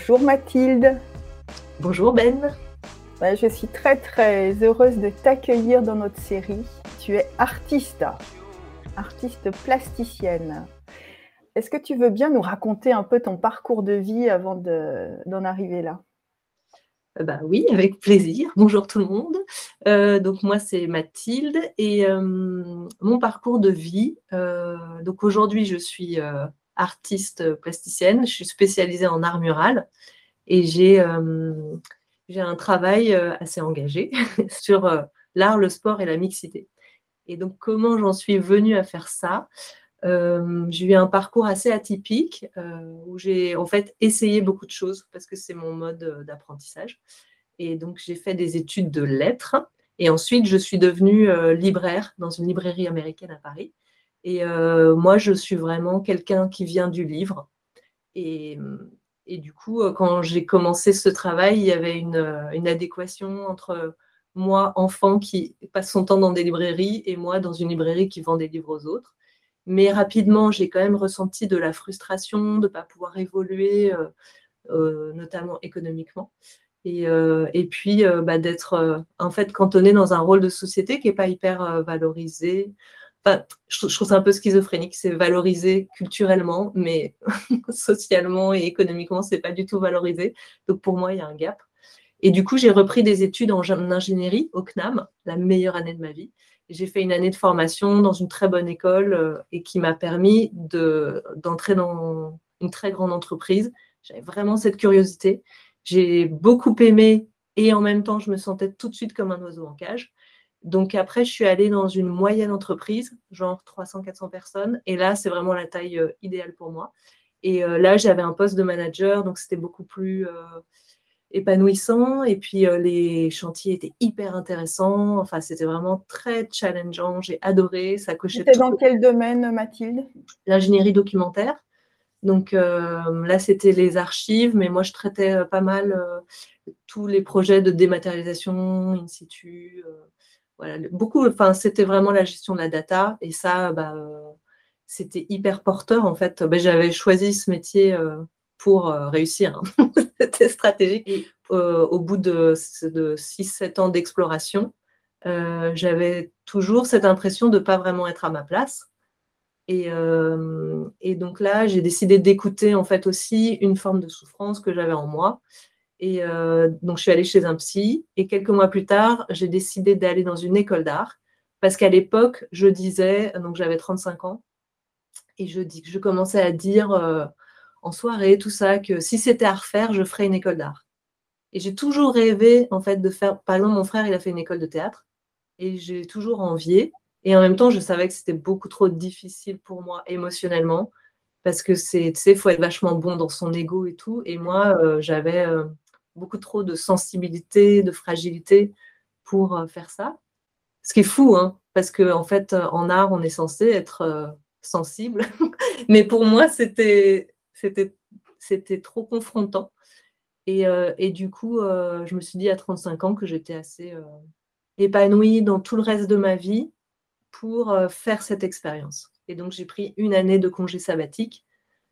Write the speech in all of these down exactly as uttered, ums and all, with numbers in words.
Bonjour Mathilde. Bonjour Ben. Ouais, je suis très très heureuse de t'accueillir dans notre série. Tu es artiste, artiste plasticienne. Est-ce que tu veux bien nous raconter un peu ton parcours de vie avant de, d'en arriver là? Bah oui, avec plaisir. Bonjour tout le monde. Euh, donc moi c'est Mathilde et euh, mon parcours de vie. Euh, donc aujourd'hui je suis euh, artiste plasticienne. Je suis spécialisée en art mural et j'ai euh, j'ai un travail euh, assez engagé sur euh, l'art, le sport et la mixité. Et donc comment j'en suis venue à faire ça? Euh, j'ai eu un parcours assez atypique euh, où j'ai en fait essayé beaucoup de choses parce que c'est mon mode euh, d'apprentissage. Et donc, j'ai fait des études de lettres. Et ensuite, je suis devenue euh, libraire dans une librairie américaine à Paris. Et euh, moi, je suis vraiment quelqu'un qui vient du livre. Et, et du coup, euh, quand j'ai commencé ce travail, il y avait une, euh, une adéquation entre moi, enfant, qui passe son temps dans des librairies, et moi, dans une librairie qui vend des livres aux autres. Mais rapidement, j'ai quand même ressenti de la frustration de ne pas pouvoir évoluer, euh, euh, notamment économiquement. Et, euh, et puis euh, bah, d'être euh, en fait cantonné dans un rôle de société qui n'est pas hyper euh, valorisé. Enfin, je, je trouve ça un peu schizophrénique, c'est valorisé culturellement, mais socialement et économiquement, c'est pas du tout valorisé. Donc pour moi, il y a un gap. Et du coup, j'ai repris des études en ingénierie au C N A M, la meilleure année de ma vie. J'ai fait une année de formation dans une très bonne école euh, et qui m'a permis de, d'entrer dans une très grande entreprise. J'avais vraiment cette curiosité. J'ai beaucoup aimé et en même temps, je me sentais tout de suite comme un oiseau en cage. Donc après, je suis allée dans une moyenne entreprise, genre trois cents à quatre cents personnes. Et là, c'est vraiment la taille euh, idéale pour moi. Et euh, là, j'avais un poste de manager, donc c'était beaucoup plus euh, épanouissant. Et puis, euh, les chantiers étaient hyper intéressants. Enfin, c'était vraiment très challengeant. J'ai adoré. Ça cochait C'était tout. dans quel domaine, Mathilde? L'ingénierie documentaire. Donc euh, là, c'était les archives, mais moi, je traitais euh, pas mal euh, tous les projets de dématérialisation in situ. Euh, voilà, beaucoup, enfin, c'était vraiment la gestion de la data. Et ça, bah, euh, c'était hyper porteur, en fait. Bah, j'avais choisi ce métier euh, pour euh, réussir. Hein. C'était stratégique. Et euh, au bout de, de six sept ans d'exploration, euh, j'avais toujours cette impression de ne pas vraiment être à ma place. Et, euh, et donc là, j'ai décidé d'écouter en fait aussi une forme de souffrance que j'avais en moi. Et euh, donc, je suis allée chez un psy. Et quelques mois plus tard, j'ai décidé d'aller dans une école d'art. Parce qu'à l'époque, je disais, donc j'avais trente-cinq ans, et je, dis, je commençais à dire euh, en soirée, tout ça, que si c'était à refaire, je ferais une école d'art. Et j'ai toujours rêvé, en fait, de faire. Par exemple, mon frère, il a fait une école de théâtre. Et j'ai toujours envié. Et en même temps, je savais que c'était beaucoup trop difficile pour moi émotionnellement. Parce que c'est, tu sais, il faut être vachement bon dans son ego et tout. Et moi, euh, j'avais euh, beaucoup trop de sensibilité, de fragilité pour euh, faire ça. Ce qui est fou, hein, parce qu'en en fait, euh, en art, on est censé être euh, sensible. Mais pour moi, c'était, c'était, c'était trop confrontant. Et, euh, et du coup, euh, je me suis dit à trente-cinq ans que j'étais assez euh, épanouie dans tout le reste de ma vie pour euh, faire cette expérience. Et donc, j'ai pris une année de congé sabbatique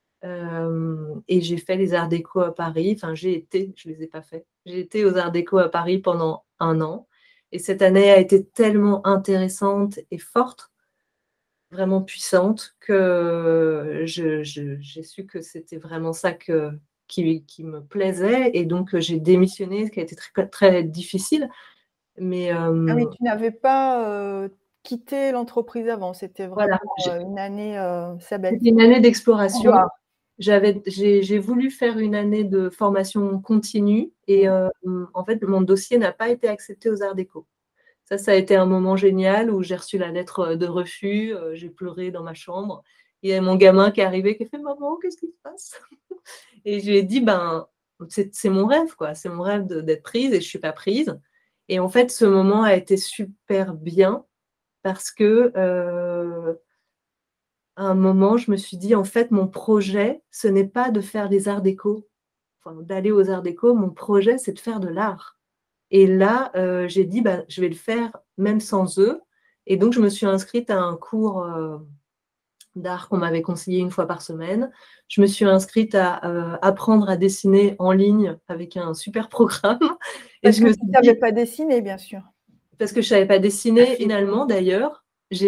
euh, et j'ai fait les arts déco à Paris. Enfin, j'ai été, je ne les ai pas faits. J'ai été aux arts déco à Paris pendant un an. Et cette année a été tellement intéressante et forte, vraiment puissante, que je, je, j'ai su que c'était vraiment ça que, qui, qui me plaisait. Et donc, j'ai démissionné, ce qui a été très, très difficile. Mais Ah euh, oui, tu n'avais pas euh, quitté l'entreprise avant, c'était vraiment voilà, euh, une année euh, c'était sabbatique. une année d'exploration. J'avais, j'ai, j'ai voulu faire une année de formation continue et euh, en fait, mon dossier n'a pas été accepté aux Arts Déco. Ça, ça a été un moment génial où j'ai reçu la lettre de refus, euh, j'ai pleuré dans ma chambre. Il y a mon gamin qui est arrivé qui a fait «Maman, qu'est-ce qui se passe?» Et je lui ai dit ben, c'est, c'est mon rêve, quoi. C'est mon rêve de, d'être prise et je ne suis pas prise. Et en fait, ce moment a été super bien parce que euh, à un moment, je me suis dit, en fait, mon projet, ce n'est pas de faire des arts déco, enfin, d'aller aux arts déco, mon projet, c'est de faire de l'art. Et là, euh, j'ai dit, bah, je vais le faire même sans eux. Et donc, je me suis inscrite à un cours euh, d'art qu'on m'avait conseillé une fois par semaine. Je me suis inscrite à euh, apprendre à dessiner en ligne avec un super programme. Et Parce je que me tu suis ne savais dit, pas dessiner, bien sûr. parce que je ne savais pas dessiner, finalement, d'ailleurs,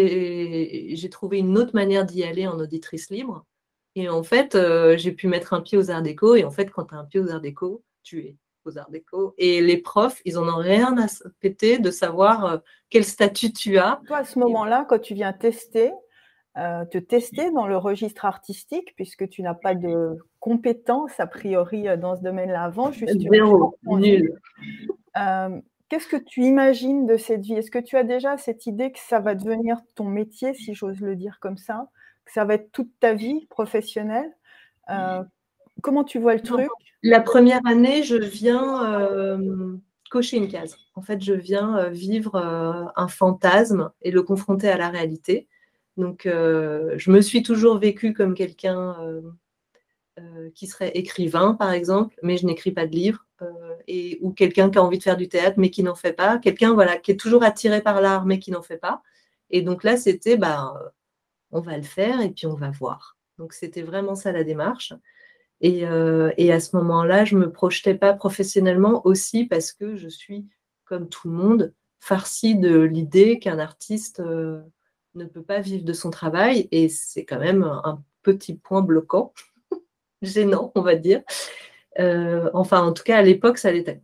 j'ai j'ai trouvé une autre manière d'y aller en auditrice libre. Et en fait, euh, j'ai pu mettre un pied aux arts déco. Et en fait, quand tu as un pied aux arts déco, tu es aux arts déco. Et les profs, ils en ont rien à se péter de savoir euh, quel statut tu as. Toi, à ce moment-là, quand tu viens tester, euh, te tester dans le registre artistique, puisque tu n'as pas de compétences a priori euh, dans ce domaine-là avant, juste une Zéro, forte envie. nul. Euh, Qu'est-ce que tu imagines de cette vie? Est-ce que tu as déjà cette idée que ça va devenir ton métier, si j'ose le dire comme ça, que ça va être toute ta vie professionnelle? Euh, comment tu vois le Non. truc? La première année, je viens euh, cocher une case. En fait, je viens euh, vivre euh, un fantasme et le confronter à la réalité. Donc, euh, je me suis toujours vécue comme quelqu'un euh, euh, qui serait écrivain, par exemple, mais je n'écris pas de livres, euh, et, ou quelqu'un qui a envie de faire du théâtre, mais qui n'en fait pas. Quelqu'un voilà, qui est toujours attiré par l'art, mais qui n'en fait pas. Et donc là, c'était, bah, on va le faire et puis on va voir. Donc, c'était vraiment ça la démarche. Et, euh, et à ce moment-là, je ne me projetais pas professionnellement aussi parce que je suis, comme tout le monde, farcie de l'idée qu'un artiste euh, ne peut pas vivre de son travail. Et c'est quand même un petit point bloquant, gênant, on va dire. Euh, enfin, en tout cas, à l'époque, ça l'était.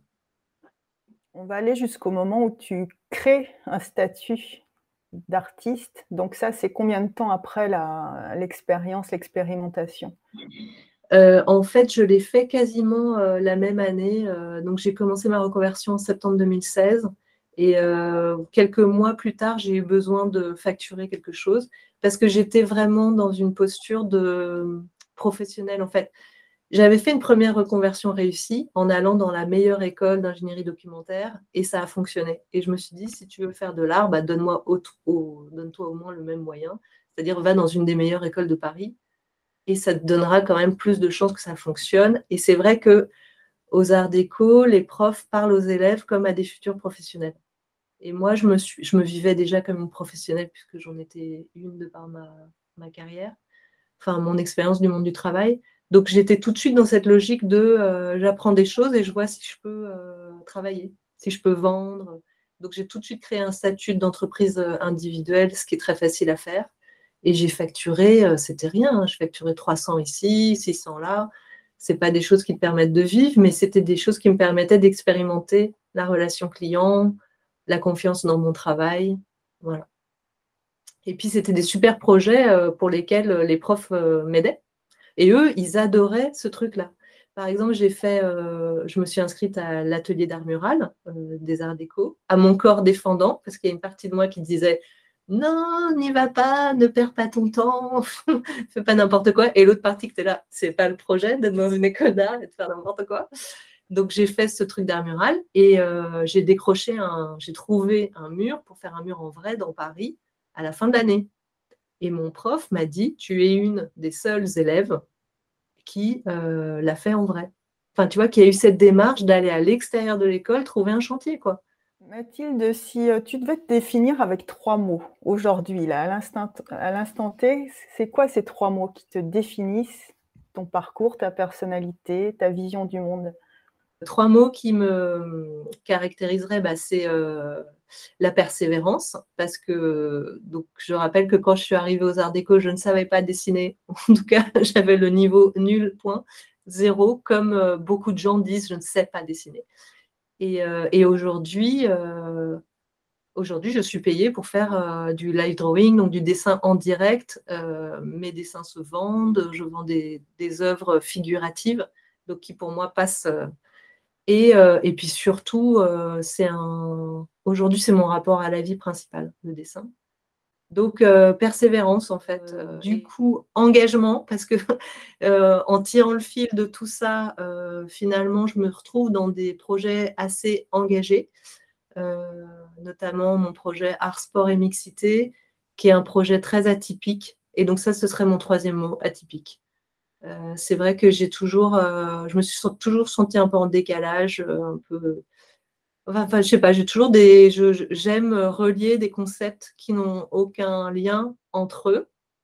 On va aller jusqu'au moment où tu crées un statut d'artiste. Donc ça, c'est combien de temps après la- l'expérience, l'expérimentation? Euh, en fait, je l'ai fait quasiment euh, la même année. Euh, donc, j'ai commencé ma reconversion en septembre deux mille seize. Et euh, quelques mois plus tard, j'ai eu besoin de facturer quelque chose parce que j'étais vraiment dans une posture de professionnelle. En fait, j'avais fait une première reconversion réussie en allant dans la meilleure école d'ingénierie documentaire et ça a fonctionné. Et je me suis dit, si tu veux faire de l'art, bah, donne-moi au, au, donne-toi au moins le même moyen. C'est-à-dire, va dans une des meilleures écoles de Paris et ça te donnera quand même plus de chances que ça fonctionne. Et c'est vrai que aux arts déco, les profs parlent aux élèves comme à des futurs professionnels. Et moi, je me, suis, je me vivais déjà comme une professionnelle puisque j'en étais une de par ma, ma carrière, enfin mon expérience du monde du travail. Donc j'étais tout de suite dans cette logique de euh, j'apprends des choses et je vois si je peux euh, travailler, si je peux vendre. Donc j'ai tout de suite créé un statut d'entreprise individuelle, ce qui est très facile à faire. Et j'ai facturé, euh, c'était rien, hein, je facturais trois cents ici, six cents là. Ce n'est pas des choses qui te permettent de vivre, mais c'était des choses qui me permettaient d'expérimenter la relation client, la confiance dans mon travail. Voilà. Et puis, c'était des super projets euh, pour lesquels euh, les profs euh, m'aidaient. Et eux, ils adoraient ce truc-là. Par exemple, j'ai fait, euh, je me suis inscrite à l'atelier d'art mural euh, des arts déco, à mon corps défendant, parce qu'il y a une partie de moi qui disait non, n'y va pas, ne perds pas ton temps, fais pas n'importe quoi. Et l'autre partie qui était là, c'est pas le projet d'être dans une école d'art et de faire n'importe quoi. Donc j'ai fait ce truc d'art mural et euh, j'ai décroché un, j'ai trouvé un mur pour faire un mur en vrai dans Paris à la fin de l'année. Et mon prof m'a dit, tu es une des seules élèves qui euh, l'a fait en vrai. Enfin, tu vois, qui a eu cette démarche d'aller à l'extérieur de l'école trouver un chantier, quoi. Mathilde, si euh, tu devais te définir avec trois mots aujourd'hui, là, à l'instant, à l'instant T, c'est quoi ces trois mots qui te définissent ton parcours, ta personnalité, ta vision du monde? Trois mots qui me caractériseraient, bah, c'est euh, la persévérance, parce que donc, je rappelle que quand je suis arrivée aux Arts Déco, je ne savais pas dessiner. En tout cas, j'avais le niveau nul, point, zéro, comme euh, beaucoup de gens disent, je ne sais pas dessiner. Et, euh, et aujourd'hui, euh, aujourd'hui, je suis payée pour faire euh, du live drawing, donc du dessin en direct. Euh, mes dessins se vendent, je vends des, des œuvres figuratives, donc qui pour moi passent. Euh, et, euh, et puis surtout, euh, c'est un... aujourd'hui, c'est mon rapport à la vie principale, le dessin. Donc, euh, persévérance, en fait. Euh, du coup, engagement, parce que euh, en tirant le fil de tout ça, euh, finalement, je me retrouve dans des projets assez engagés, euh, notamment mon projet Art, Sport et Mixité, qui est un projet très atypique. Et donc, ça, ce serait mon troisième mot, atypique. Euh, c'est vrai que j'ai toujours, euh, je me suis toujours sentie un peu en décalage, euh, un peu. Enfin, enfin, je sais pas, j'ai toujours des. Je- je- j'aime relier des concepts qui n'ont aucun lien entre eux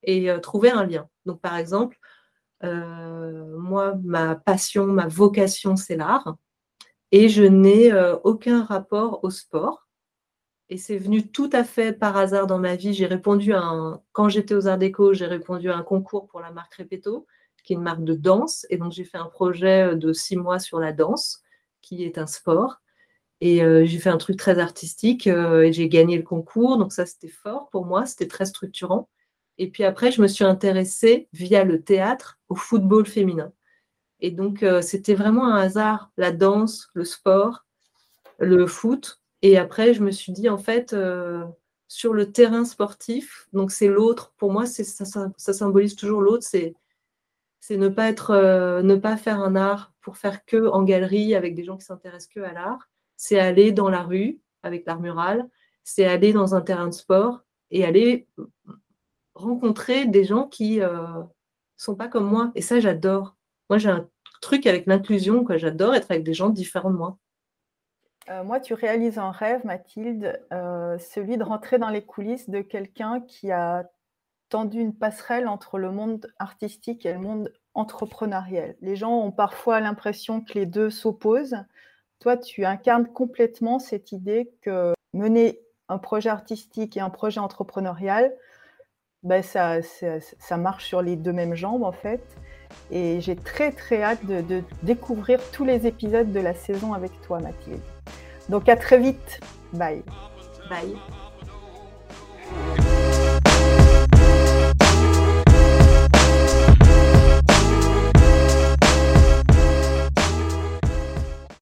et euh, trouver un lien. Donc, par exemple, euh, moi, ma passion, ma vocation, c'est l'art. Et je n'ai euh, aucun rapport au sport. Et c'est venu tout à fait par hasard dans ma vie. J'ai répondu à un... Quand j'étais aux Arts Déco, j'ai répondu à un concours pour la marque Repetto, qui est une marque de danse. Et donc, j'ai fait un projet de six mois sur la danse, qui est un sport. Et euh, j'ai fait un truc très artistique euh, et j'ai gagné le concours. Donc ça, c'était fort pour moi, c'était très structurant. Et puis après, je me suis intéressée via le théâtre au football féminin. Et donc, euh, c'était vraiment un hasard, la danse, le sport, le foot. Et après, je me suis dit, en fait, euh, sur le terrain sportif, donc c'est l'autre, pour moi, c'est, ça, ça, ça symbolise toujours l'autre, c'est, c'est ne pas être, euh, ne pas faire un art pour faire que en galerie avec des gens qui s'intéressent que à l'art. C'est aller dans la rue avec l'art mural, c'est aller dans un terrain de sport et aller rencontrer des gens qui ne euh, sont pas comme moi. Et ça, j'adore. Moi, j'ai un truc avec l'inclusion, quoi. J'adore être avec des gens différents de moi. Euh, moi, tu réalises un rêve, Mathilde, euh, celui de rentrer dans les coulisses de quelqu'un qui a tendu une passerelle entre le monde artistique et le monde entrepreneurial. Les gens ont parfois l'impression que les deux s'opposent. Toi, tu incarnes complètement cette idée que mener un projet artistique et un projet entrepreneurial, ben ça, ça, ça marche sur les deux mêmes jambes, en fait. Et j'ai très, très hâte de, de découvrir tous les épisodes de la saison avec toi, Mathilde. Donc, à très vite. Bye. Bye.